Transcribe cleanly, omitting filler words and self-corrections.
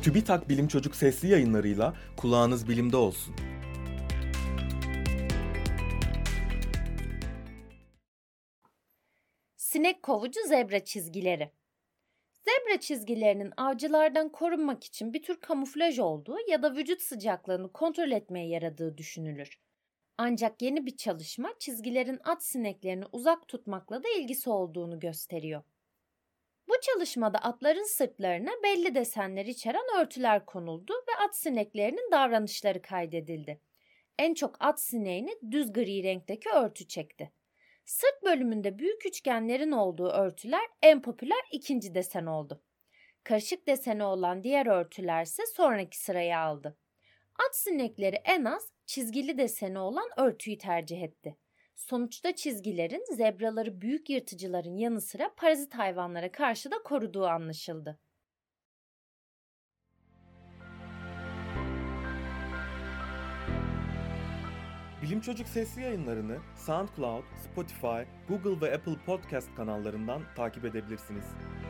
TÜBİTAK Bilim Çocuk sesli yayınlarıyla kulağınız bilimde olsun. Sinek kovucu zebra çizgileri. Zebra çizgilerinin avcılardan korunmak için bir tür kamuflaj olduğu ya da vücut sıcaklığını kontrol etmeye yaradığı düşünülür. Ancak yeni bir çalışma çizgilerin at sineklerini uzak tutmakla da ilgisi olduğunu gösteriyor. Bu çalışmada atların sırtlarına belli desenler içeren örtüler konuldu ve at sineklerinin davranışları kaydedildi. En çok at sineğini düz gri renkteki örtü çekti. Sırt bölümünde büyük üçgenlerin olduğu örtüler en popüler ikinci desen oldu. Karışık deseni olan diğer örtüler ise sonraki sırayı aldı. At sinekleri en az çizgili deseni olan örtüyü tercih etti. Sonuçta çizgilerin zebraları büyük yırtıcıların yanı sıra parazit hayvanlara karşı da koruduğu anlaşıldı. Bilim Çocuk sesli yayınlarını SoundCloud, Spotify, Google ve Apple Podcast kanallarından takip edebilirsiniz.